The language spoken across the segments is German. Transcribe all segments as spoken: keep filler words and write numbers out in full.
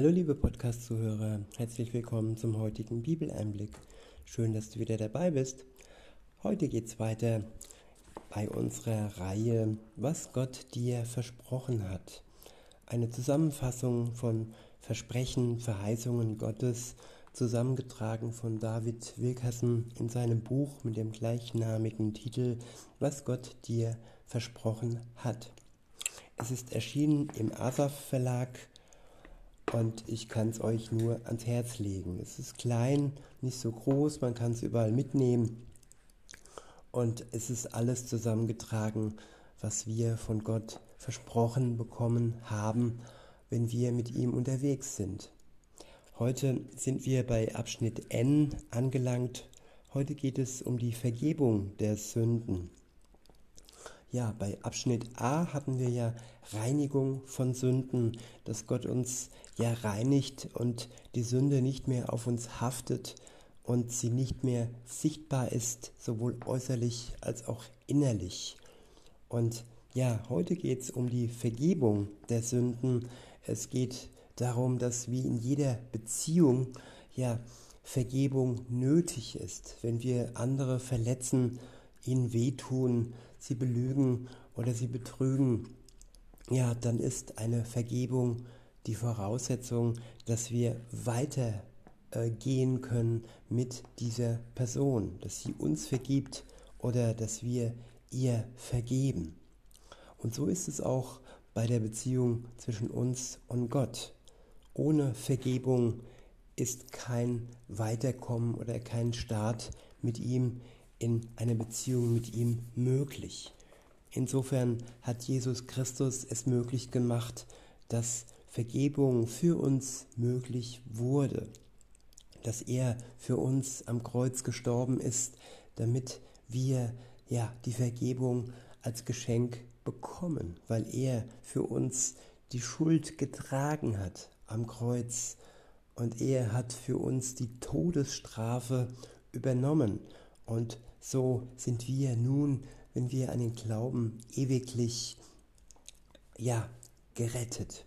Hallo liebe Podcast-Zuhörer, herzlich willkommen zum heutigen Bibeleinblick. Schön, dass du wieder dabei bist. Heute geht es weiter bei unserer Reihe, was Gott dir versprochen hat. Eine Zusammenfassung von Versprechen, Verheißungen Gottes, zusammengetragen von David Wilkerson in seinem Buch mit dem gleichnamigen Titel, was Gott dir versprochen hat. Es ist erschienen im Asaf Verlag. Und ich kann es euch nur ans Herz legen. Es ist klein, nicht so groß, man kann es überall mitnehmen. Und es ist alles zusammengetragen, was wir von Gott versprochen bekommen haben, wenn wir mit ihm unterwegs sind. Heute sind wir bei Abschnitt N angelangt. Heute geht es um die Vergebung der Sünden. Ja, bei Abschnitt A hatten wir ja Reinigung von Sünden, dass Gott uns ja reinigt und die Sünde nicht mehr auf uns haftet und sie nicht mehr sichtbar ist, sowohl äußerlich als auch innerlich. Und ja, heute geht es um die Vergebung der Sünden. Es geht darum, dass wie in jeder Beziehung ja Vergebung nötig ist, wenn wir andere verletzen, ihnen wehtun, sie belügen oder sie betrügen, ja, dann ist eine Vergebung die Voraussetzung, dass wir weiter äh, gehen können mit dieser Person, dass sie uns vergibt oder dass wir ihr vergeben. Und so ist es auch bei der Beziehung zwischen uns und Gott. Ohne Vergebung ist kein Weiterkommen oder kein Start mit ihm in einer Beziehung mit ihm möglich. Insofern hat Jesus Christus es möglich gemacht, dass Vergebung für uns möglich wurde, dass er für uns am Kreuz gestorben ist, damit wir ja die Vergebung als Geschenk bekommen, weil er für uns die Schuld getragen hat am Kreuz und er hat für uns die Todesstrafe übernommen. Und so sind wir nun, wenn wir an den Glauben ewiglich, ja, gerettet.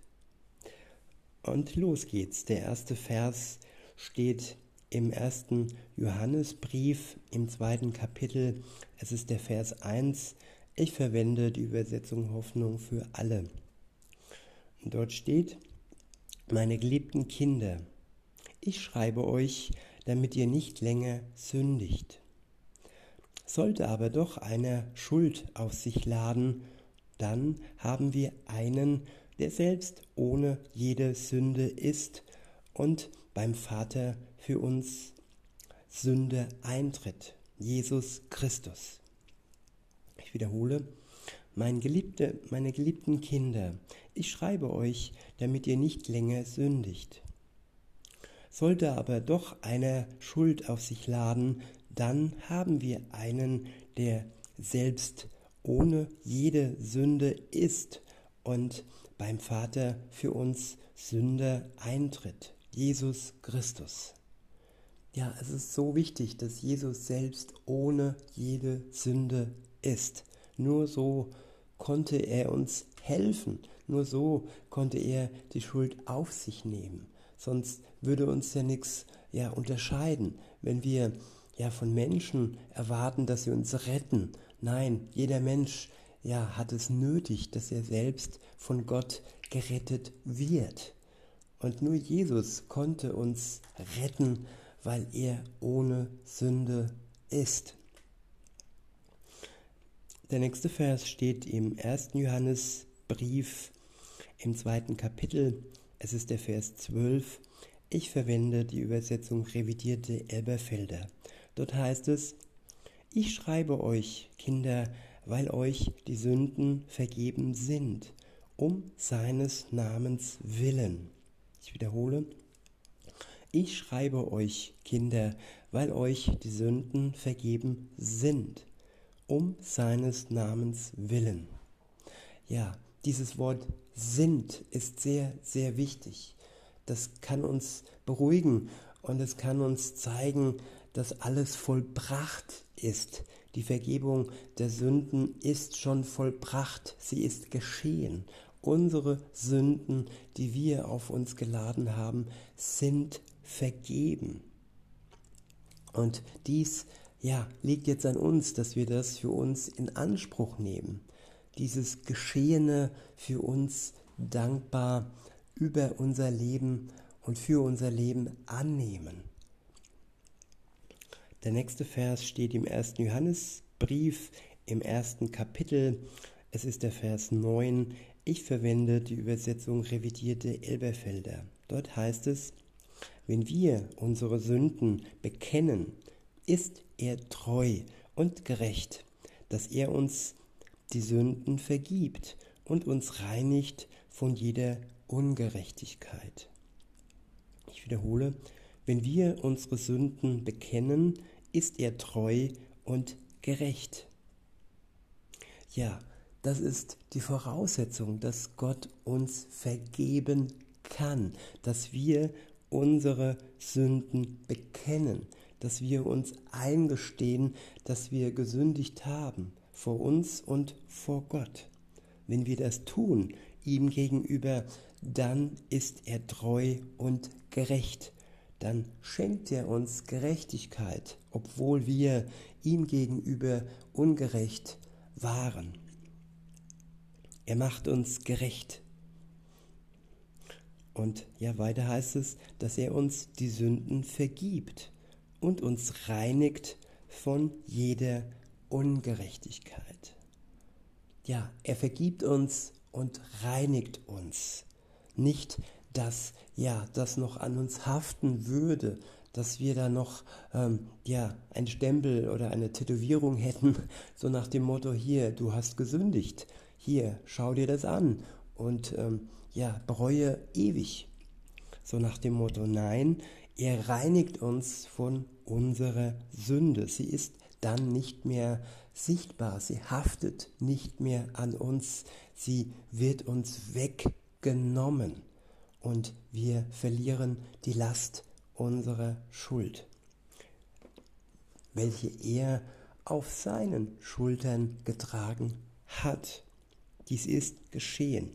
Und los geht's. Der erste Vers steht im ersten Johannesbrief, im zweiten Kapitel. Es ist der Vers eins. Ich verwende die Übersetzung Hoffnung für alle. Und dort steht: Meine geliebten Kinder, ich schreibe euch, damit ihr nicht länger sündigt. Sollte aber doch einer Schuld auf sich laden, dann haben wir einen, der selbst ohne jede Sünde ist und beim Vater für uns Sünde eintritt, Jesus Christus. Ich wiederhole, mein Geliebte, meine geliebten Kinder, ich schreibe euch, damit ihr nicht länger sündigt. Sollte aber doch einer Schuld auf sich laden, dann haben wir einen, der selbst ohne jede Sünde ist und beim Vater für uns Sünder eintritt, Jesus Christus. Ja, es ist so wichtig, dass Jesus selbst ohne jede Sünde ist. Nur so konnte er uns helfen, nur so konnte er die Schuld auf sich nehmen. Sonst würde uns ja nichts ja, unterscheiden, wenn wir ja von Menschen erwarten, dass sie uns retten. Nein, jeder Mensch ja, hat es nötig, dass er selbst von Gott gerettet wird. Und nur Jesus konnte uns retten, weil er ohne Sünde ist. Der nächste Vers steht im ersten Johannesbrief im zweiten Kapitel. Es ist der Vers zwölf. Ich verwende die Übersetzung revidierte Elberfelder. Dort heißt es: Ich schreibe euch, Kinder, weil euch die Sünden vergeben sind, um seines Namens willen. Ich wiederhole: Ich schreibe euch, Kinder, weil euch die Sünden vergeben sind, um seines Namens willen. Ja, dieses Wort sind ist sehr, sehr wichtig. Das kann uns beruhigen und es kann uns zeigen, dass alles vollbracht ist. Die Vergebung der Sünden ist schon vollbracht, sie ist geschehen unsere Sünden, die wir auf uns geladen haben, sind vergeben. Und dies, ja, liegt jetzt an uns, dass wir das für uns in Anspruch nehmen. Dieses Geschehene für uns dankbar über unser Leben und für unser Leben annehmen. Der nächste Vers steht im ersten Johannesbrief, im ersten Kapitel. Es ist der Vers neun. Ich verwende die Übersetzung revidierte Elberfelder. Dort heißt es: Wenn wir unsere Sünden bekennen, ist er treu und gerecht, dass er uns die Sünden vergibt und uns reinigt von jeder Ungerechtigkeit. Ich wiederhole: Wenn wir unsere Sünden bekennen, ist er treu und gerecht. Ja, das ist die Voraussetzung, dass Gott uns vergeben kann, dass wir unsere Sünden bekennen, dass wir uns eingestehen, dass wir gesündigt haben vor uns und vor Gott. Wenn wir das tun, ihm gegenüber, dann ist er treu und gerecht. Dann schenkt er uns Gerechtigkeit, obwohl wir ihm gegenüber ungerecht waren. Er macht uns gerecht. Und ja, weiter heißt es, dass er uns die Sünden vergibt und uns reinigt von jeder Ungerechtigkeit. Ja, er vergibt uns und reinigt uns. Nicht, dass ja, das noch an uns haften würde, dass wir da noch ähm, ja, einen Stempel oder eine Tätowierung hätten, so nach dem Motto: Hier, du hast gesündigt, hier, schau dir das an und ähm, ja, bereue ewig. So nach dem Motto: Nein, er reinigt uns von unserer Sünde. Sie ist dann nicht mehr sichtbar, sie haftet nicht mehr an uns, sie wird uns weggenommen und wir verlieren die Last unserer Schuld, welche er auf seinen Schultern getragen hat. Dies ist geschehen.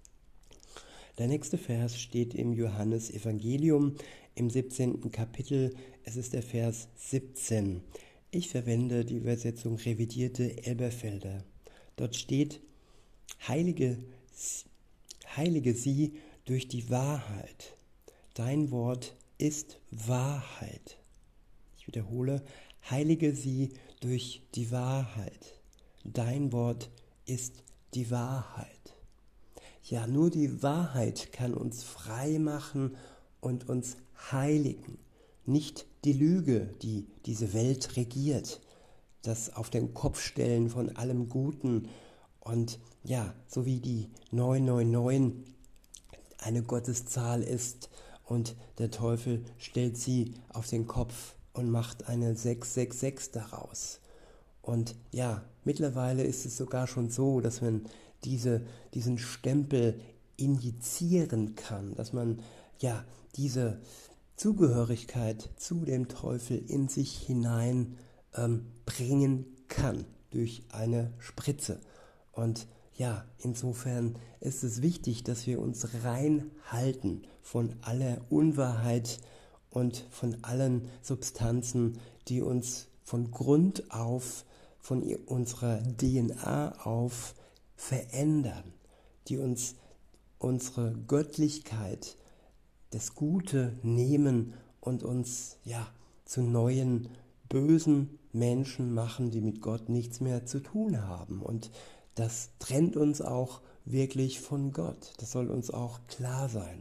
Der nächste Vers steht im Johannesevangelium im siebzehnten Kapitel. Es ist der Vers siebzehn. Ich verwende die Übersetzung revidierte Elberfelder. Dort steht: Heilige, heilige sie durch die Wahrheit. Dein Wort ist Wahrheit. Ich wiederhole: Heilige sie durch die Wahrheit. Dein Wort ist die Wahrheit. Ja, nur die Wahrheit kann uns frei machen und uns heiligen. Nicht die Lüge, die diese Welt regiert, das auf den Kopf stellen von allem Guten und ja, so wie die neun neun neun eine Gotteszahl ist und der Teufel stellt sie auf den Kopf und macht eine sechs sechs sechs daraus. Und ja, mittlerweile ist es sogar schon so, dass man diese, diesen Stempel injizieren kann, dass man ja diese Zugehörigkeit zu dem Teufel in sich hinein ähm, bringen kann durch eine Spritze. Und ja, insofern ist es wichtig, dass wir uns reinhalten von aller Unwahrheit und von allen Substanzen, die uns von Grund auf, von unserer D N A auf verändern, die uns unsere Göttlichkeit, das Gute nehmen und uns ja zu neuen bösen Menschen machen, die mit Gott nichts mehr zu tun haben. Und das trennt uns auch wirklich von Gott. Das soll uns auch klar sein.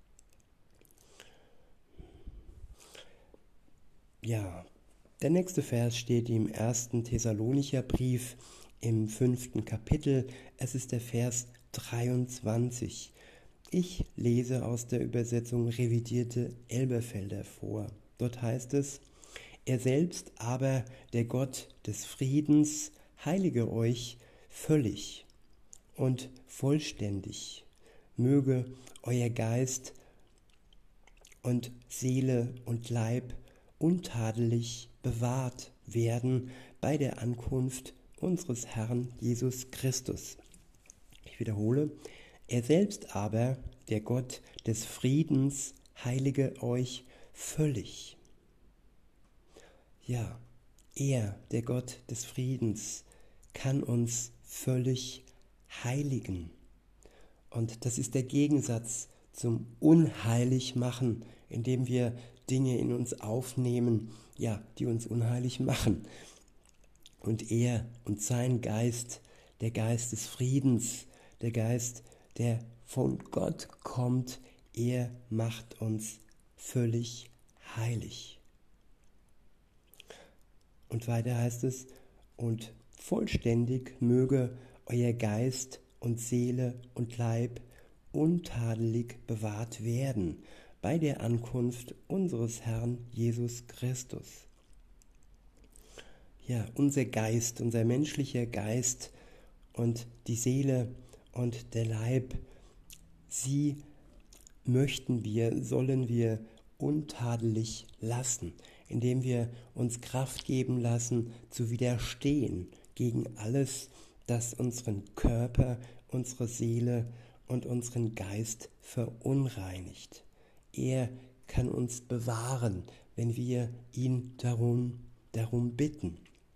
Ja, der nächste Vers steht im ersten Thessalonicher Brief im fünften Kapitel. Es ist der Vers dreiundzwanzig. Ich lese aus der Übersetzung revidierte Elberfelder vor. Dort heißt es: Er selbst aber, der Gott des Friedens, heilige euch völlig und vollständig. Möge euer Geist und Seele und Leib untadelig bewahrt werden bei der Ankunft unseres Herrn Jesus Christus. Ich wiederhole: Er selbst aber, der Gott des Friedens, heilige euch völlig. Ja, er, der Gott des Friedens, kann uns völlig heiligen. Und das ist der Gegensatz zum Unheiligmachen, indem wir Dinge in uns aufnehmen, ja, die uns unheilig machen. Und er und sein Geist, der Geist des Friedens, der Geist, der von Gott kommt, er macht uns völlig heilig. Und weiter heißt es, und vollständig möge euer Geist und Seele und Leib untadelig bewahrt werden bei der Ankunft unseres Herrn Jesus Christus. Ja, unser Geist, unser menschlicher Geist und die Seele und der Leib, sie möchten wir, sollen wir untadelig lassen, indem wir uns Kraft geben lassen, zu widerstehen gegen alles, das unseren Körper, unsere Seele und unseren Geist verunreinigt. Er kann uns bewahren, wenn wir ihn darum, darum bitten.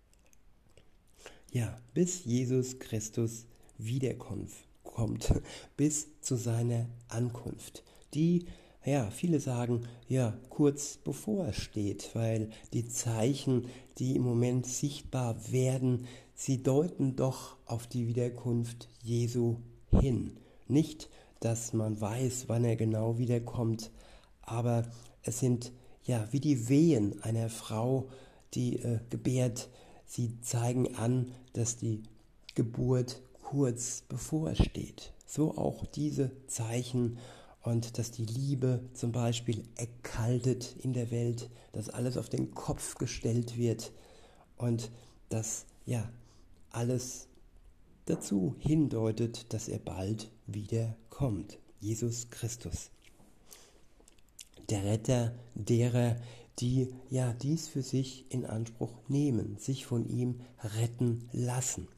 Ja, bis Jesus Christus wiederkommt, kommt, bis zu seiner Ankunft, die, ja, viele sagen, ja, kurz bevor es steht, weil die Zeichen, die im Moment sichtbar werden, sie deuten doch auf die Wiederkunft Jesu hin. Nicht, dass man weiß, wann er genau wiederkommt, aber es sind ja wie die Wehen einer Frau, die äh, gebärt. Sie zeigen an, dass die Geburt kurz bevorsteht. So auch diese Zeichen und dass die Liebe zum Beispiel erkaltet in der Welt, dass alles auf den Kopf gestellt wird und dass ja alles dazu hindeutet, dass er bald wieder kommt. Jesus Christus, der Retter derer, die ja dies für sich in Anspruch nehmen, sich von ihm retten lassen.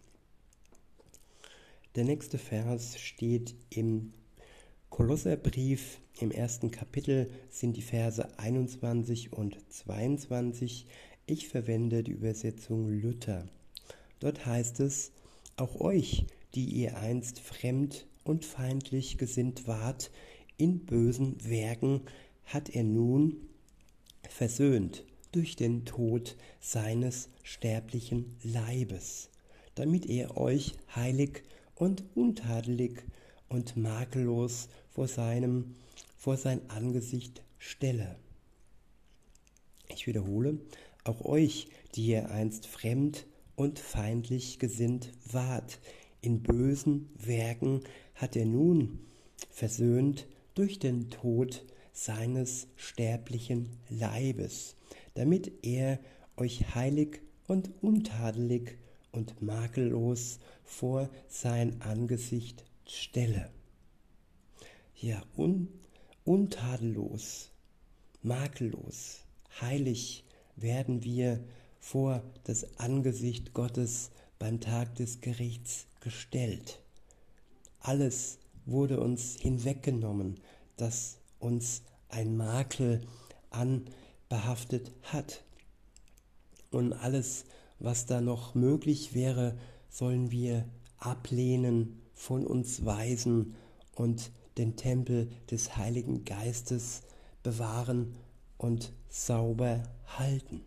Der nächste Vers steht im Kolosserbrief, im ersten Kapitel sind die Verse einundzwanzig und zweiundzwanzig. Ich verwende die Übersetzung Luther. Dort heißt es, auch euch, die ihr einst fremd und feindlich gesinnt wart, in bösen Werken hat er nun versöhnt durch den Tod seines sterblichen Leibes, damit er euch heilig und untadelig und makellos vor seinem, vor sein Angesicht stelle. Ich wiederhole, auch euch, die ihr einst fremd und feindlich gesinnt wart, in bösen Werken hat er nun versöhnt durch den Tod seines sterblichen Leibes, damit er euch heilig und untadelig und makellos vor sein Angesicht stelle. Ja, un, untadellos, makellos, heilig werden wir vor das Angesicht Gottes beim Tag des Gerichts gestellt. Alles wurde uns hinweggenommen, das uns ein Makel anbehaftet hat. Und alles, was da noch möglich wäre, sollen wir ablehnen, von uns weisen und den Tempel des Heiligen Geistes bewahren und sauber halten.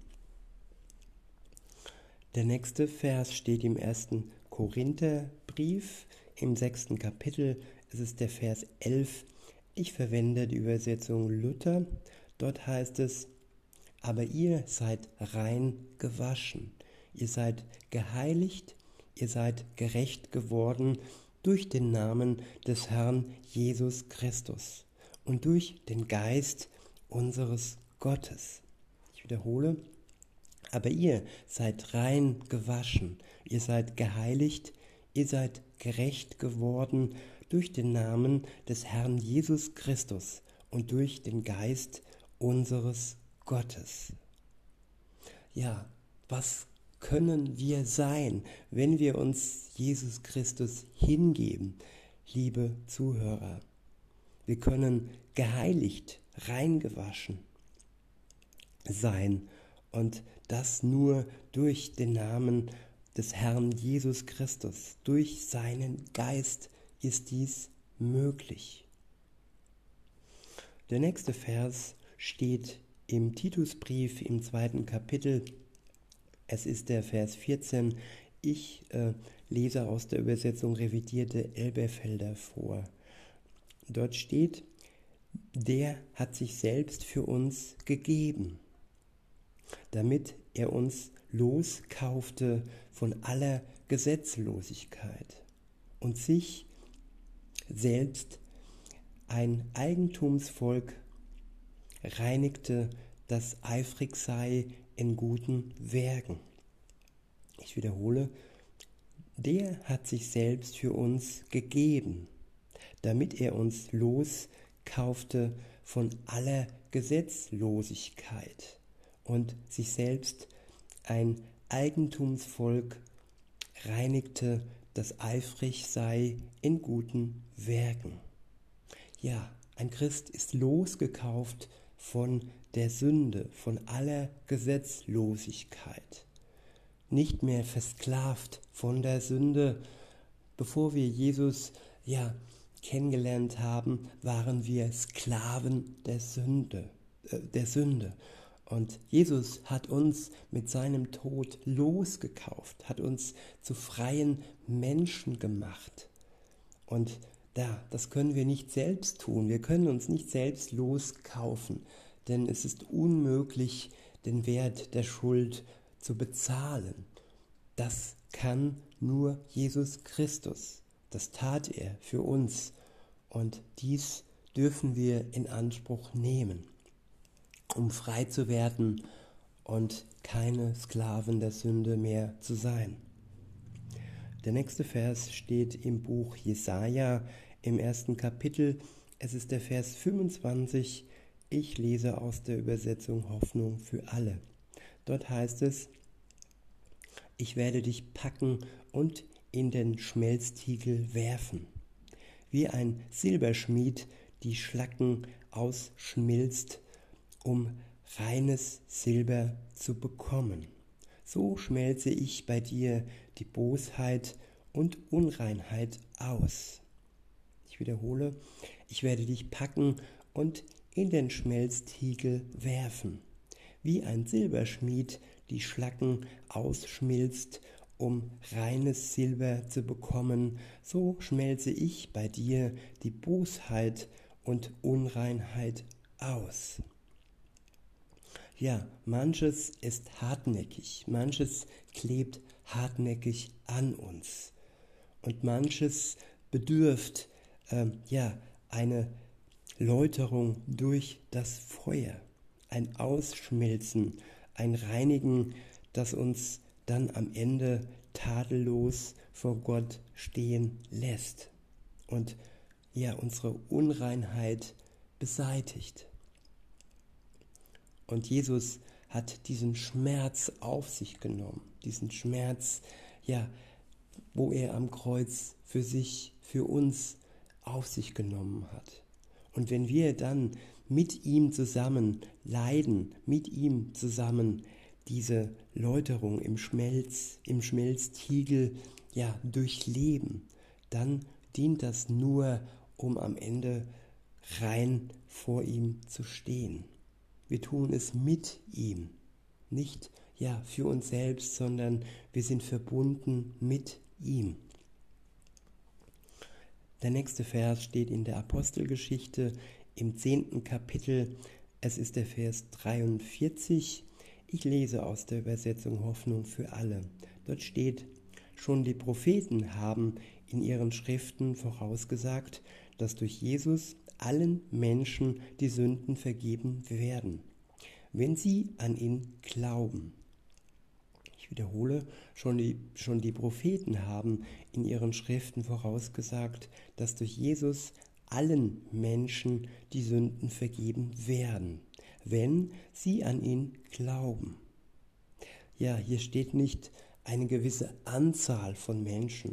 Der nächste Vers steht im ersten Korintherbrief, im sechsten Kapitel. Es ist der Vers elf. Ich verwende die Übersetzung Luther. Dort heißt es, aber ihr seid rein gewaschen, ihr seid geheiligt, ihr seid gerecht geworden durch den Namen des Herrn Jesus Christus und durch den Geist unseres Gottes. Ich wiederhole, aber ihr seid rein gewaschen, ihr seid geheiligt, ihr seid gerecht geworden durch den Namen des Herrn Jesus Christus und durch den Geist unseres Gottes. Ja, was können wir sein, wenn wir uns Jesus Christus hingeben? liebe Zuhörer. Wir können geheiligt, reingewaschen sein und das nur durch den Namen des Herrn Jesus Christus. Durch seinen Geist ist dies möglich. Der nächste Vers steht im Titusbrief im zweiten Kapitel. Es ist der Vers vierzehn. Ich äh, lese aus der Übersetzung revidierte Elberfelder vor. Dort steht, der hat sich selbst für uns gegeben, damit er uns loskaufte von aller Gesetzlosigkeit und sich selbst ein Eigentumsvolk reinigte, das eifrig sei in guten Werken. Ich wiederhole, der hat sich selbst für uns gegeben, damit er uns loskaufte von aller Gesetzlosigkeit und sich selbst ein Eigentumsvolk reinigte, das eifrig sei in guten Werken. Ja, ein Christ ist losgekauft von der Sünde, von aller Gesetzlosigkeit. Nicht mehr versklavt von der Sünde. Bevor wir Jesus ja kennengelernt haben, waren wir Sklaven der Sünde, äh, der Sünde. Und Jesus hat uns mit seinem Tod losgekauft, hat uns zu freien Menschen gemacht. Und da, das können wir nicht selbst tun. Wir können uns nicht selbst loskaufen, denn es ist unmöglich, den Wert der Schuld zu bezahlen. Das kann nur Jesus Christus. Das tat er für uns. Und dies dürfen wir in Anspruch nehmen, um frei zu werden und keine Sklaven der Sünde mehr zu sein. Der nächste Vers steht im Buch Jesaja im ersten Kapitel. Es ist der Vers fünfundzwanzig. Ich lese aus der Übersetzung Hoffnung für alle. Dort heißt es, ich werde dich packen und in den Schmelztiegel werfen, wie ein Silberschmied die Schlacken ausschmilzt, um reines Silber zu bekommen. So schmelze ich bei dir die Bosheit und Unreinheit aus. Ich wiederhole, ich werde dich packen und in den Schmelztiegel werfen, wie ein Silberschmied die Schlacken ausschmilzt, um reines Silber zu bekommen, so schmelze ich bei dir die Bosheit und Unreinheit aus. Ja, manches ist hartnäckig, manches klebt hartnäckig an uns und manches bedürft äh, ja, eine Läuterung durch das Feuer, ein Ausschmelzen, ein Reinigen, das uns dann am Ende tadellos vor Gott stehen lässt und ja, unsere Unreinheit beseitigt. Und Jesus hat diesen Schmerz auf sich genommen, diesen Schmerz, ja, wo er am Kreuz für sich, für uns auf sich genommen hat. Und wenn wir dann mit ihm zusammen leiden, mit ihm zusammen diese Läuterung im Schmelz, im Schmelztiegel, ja, durchleben, dann dient das nur, um am Ende rein vor ihm zu stehen. Wir tun es mit ihm, nicht ja für uns selbst, sondern wir sind verbunden mit ihm. Der nächste Vers steht in der Apostelgeschichte im zehnten Kapitel. Es ist der Vers dreiundvierzig. Ich lese aus der Übersetzung Hoffnung für alle. Dort steht, schon die Propheten haben in ihren Schriften vorausgesagt, dass durch Jesus allen Menschen die Sünden vergeben werden, wenn sie an ihn glauben. Ich wiederhole, schon die, schon die Propheten haben in ihren Schriften vorausgesagt, dass durch Jesus allen Menschen die Sünden vergeben werden, wenn sie an ihn glauben. Ja, hier steht nicht eine gewisse Anzahl von Menschen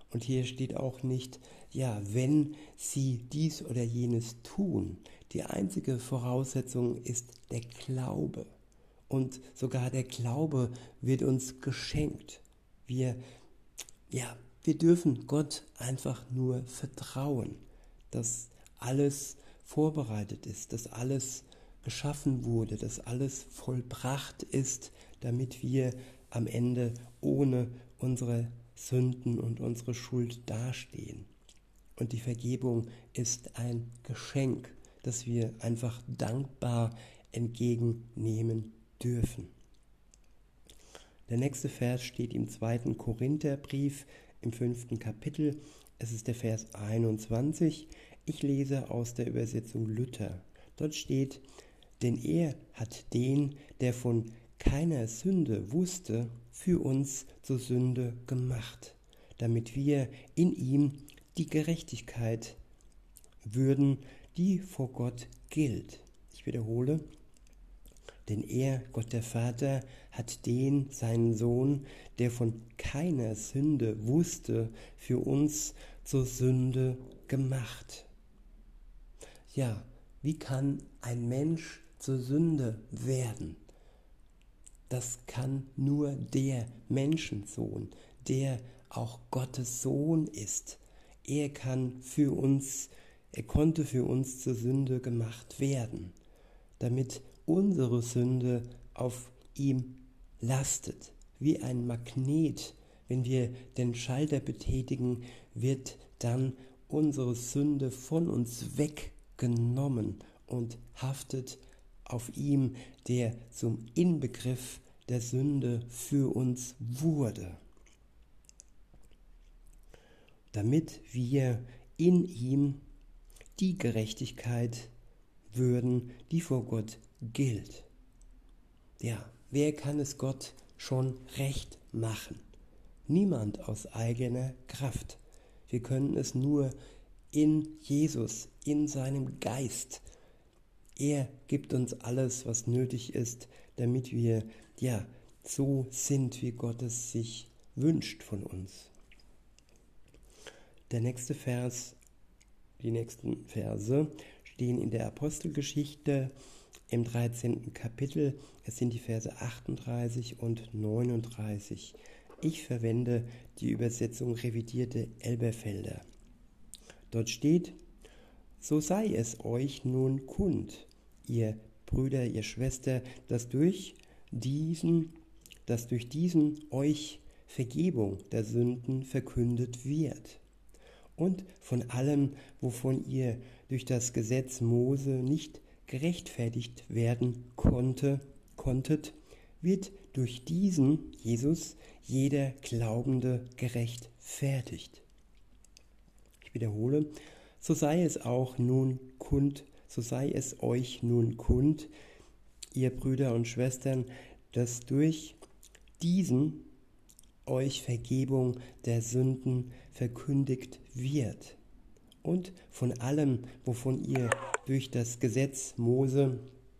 Und hier steht auch nicht, ja, wenn sie dies oder jenes tun. Die einzige Voraussetzung ist der Glaube. Und sogar der Glaube wird uns geschenkt. Wir, ja, wir dürfen Gott einfach nur vertrauen, dass alles vorbereitet ist, dass alles geschaffen wurde, dass alles vollbracht ist, damit wir am Ende ohne unsere Sünden und unsere Schuld dastehen. Und die Vergebung ist ein Geschenk, das wir einfach dankbar entgegennehmen dürfen. Der nächste Vers steht im zweiten Korintherbrief im fünften Kapitel. Es ist der Vers einundzwanzig. Ich lese aus der Übersetzung Luther. Dort steht: Denn er hat den, der von keiner Sünde wusste, für uns zur Sünde gemacht, damit wir in ihm die Gerechtigkeit würden, die vor Gott gilt. Ich wiederhole: Denn er, Gott der Vater, hat den, seinen Sohn, der von keiner Sünde wusste, für uns zur Sünde gemacht. Ja, wie kann ein Mensch zur Sünde werden? Das kann nur der Menschensohn, der auch Gottes Sohn ist. Er kann für uns, er konnte für uns zur Sünde gemacht werden, damit unsere Sünde auf ihm lastet. Wie ein Magnet, wenn wir den Schalter betätigen, wird dann unsere Sünde von uns weggenommen und haftet auf ihm, der zum Inbegriff der Sünde für uns wurde, damit wir in ihm die Gerechtigkeit würden, die vor Gott gilt. Ja, wer kann es Gott schon recht machen? Niemand aus eigener Kraft. Wir können es nur in Jesus, in seinem Geist. Er gibt uns alles, was nötig ist, damit wir ja so sind, wie Gott es sich wünscht von uns. Der nächste Vers, die nächsten Verse stehen in der Apostelgeschichte im dreizehnten Kapitel. Es sind die Verse achtunddreißig und neununddreißig. Ich verwende die Übersetzung revidierte Elberfelder. Dort steht: So sei es euch nun kund, ihr Brüder, ihr Schwester, dass durch diesen, dass durch diesen euch Vergebung der Sünden verkündet wird. Und von allem, wovon ihr durch das Gesetz Mose nicht gerechtfertigt werden konnte, konntet, wird durch diesen, Jesus, jeder Glaubende gerechtfertigt. Ich wiederhole: So sei es auch nun kund, so sei es euch nun kund, ihr Brüder und Schwestern, dass durch diesen euch Vergebung der Sünden verkündigt wird. Und von allem, wovon ihr durch das Gesetz Mose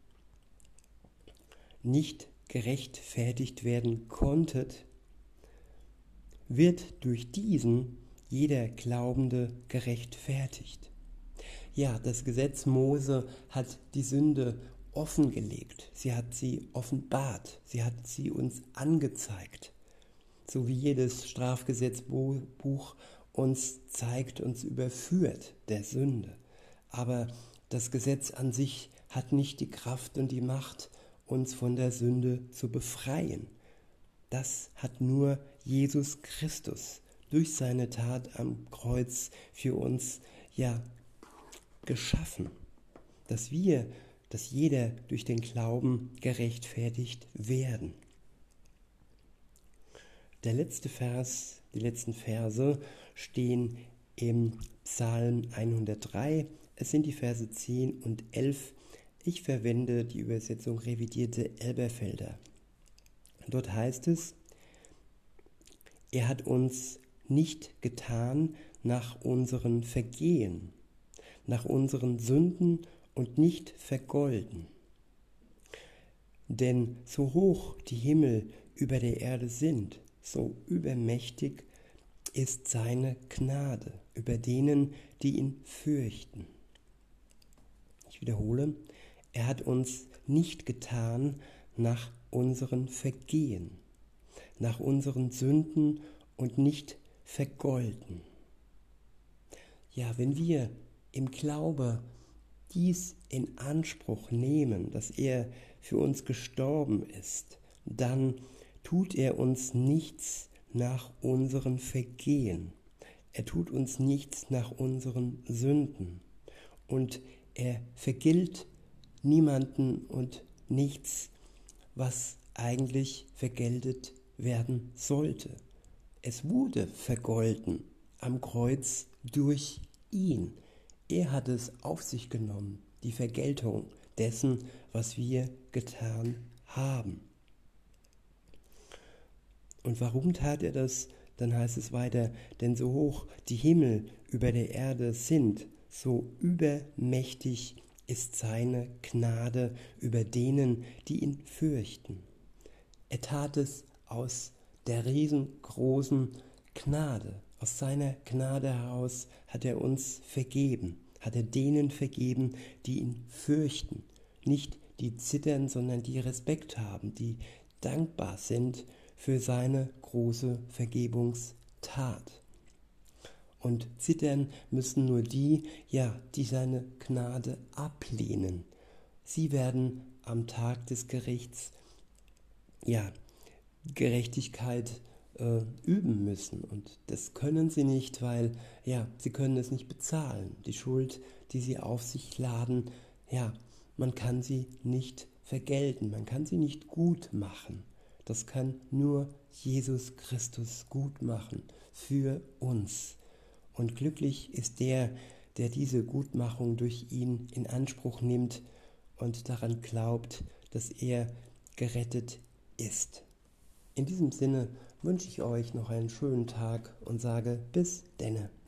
nicht gerechtfertigt werden konntet, wird durch diesen jeder Glaubende gerechtfertigt. Ja, das Gesetz Mose hat die Sünde offengelegt. Sie hat sie offenbart. Sie hat sie uns angezeigt. So wie jedes Strafgesetzbuch uns zeigt, uns überführt der Sünde. Aber das Gesetz an sich hat nicht die Kraft und die Macht, uns von der Sünde zu befreien. Das hat nur Jesus Christus durch seine Tat am Kreuz für uns ja geschaffen, dass wir, dass jeder durch den Glauben gerechtfertigt werden. Der letzte Vers, die letzten Verse stehen im Psalm hundertdrei. Es sind die Verse zehn und elf. Ich verwende die Übersetzung revidierte Elberfelder. Dort heißt es: Er hat uns nicht getan nach unseren Vergehen, nach unseren Sünden und nicht vergolden. Denn so hoch die Himmel über der Erde sind, so übermächtig ist seine Gnade über denen, die ihn fürchten. Ich wiederhole, er hat uns nicht getan nach unseren Vergehen, nach unseren Sünden und nicht vergolten. Ja, wenn wir im Glaube dies in Anspruch nehmen, dass er für uns gestorben ist, dann tut er uns nichts nach unseren Vergehen. Er tut uns nichts nach unseren Sünden. Und er vergilt niemanden und nichts, was eigentlich vergeltet werden sollte. Es wurde vergolten am Kreuz durch ihn. Er hat es auf sich genommen, die Vergeltung dessen, was wir getan haben. Und warum tat er das? Dann heißt es weiter, denn so hoch die Himmel über der Erde sind, so übermächtig ist seine Gnade über denen, die ihn fürchten. Er tat es aus der riesengroßen Gnade. Aus seiner Gnade heraus hat er uns vergeben, hat er denen vergeben, die ihn fürchten. Nicht die zittern, sondern die Respekt haben, die dankbar sind für seine große Vergebungstat. Und zittern müssen nur die, ja, die seine Gnade ablehnen. Sie werden am Tag des Gerichts, ja, Gerechtigkeit äh, üben müssen. Und das können sie nicht, weil, ja, sie können es nicht bezahlen. Die Schuld, die sie auf sich laden, ja, man kann sie nicht vergelten, man kann sie nicht gut machen. Das kann nur Jesus Christus gut machen für uns. Und glücklich ist der, der diese Gutmachung durch ihn in Anspruch nimmt und daran glaubt, dass er gerettet ist. In diesem Sinne wünsche ich euch noch einen schönen Tag und sage bis denne.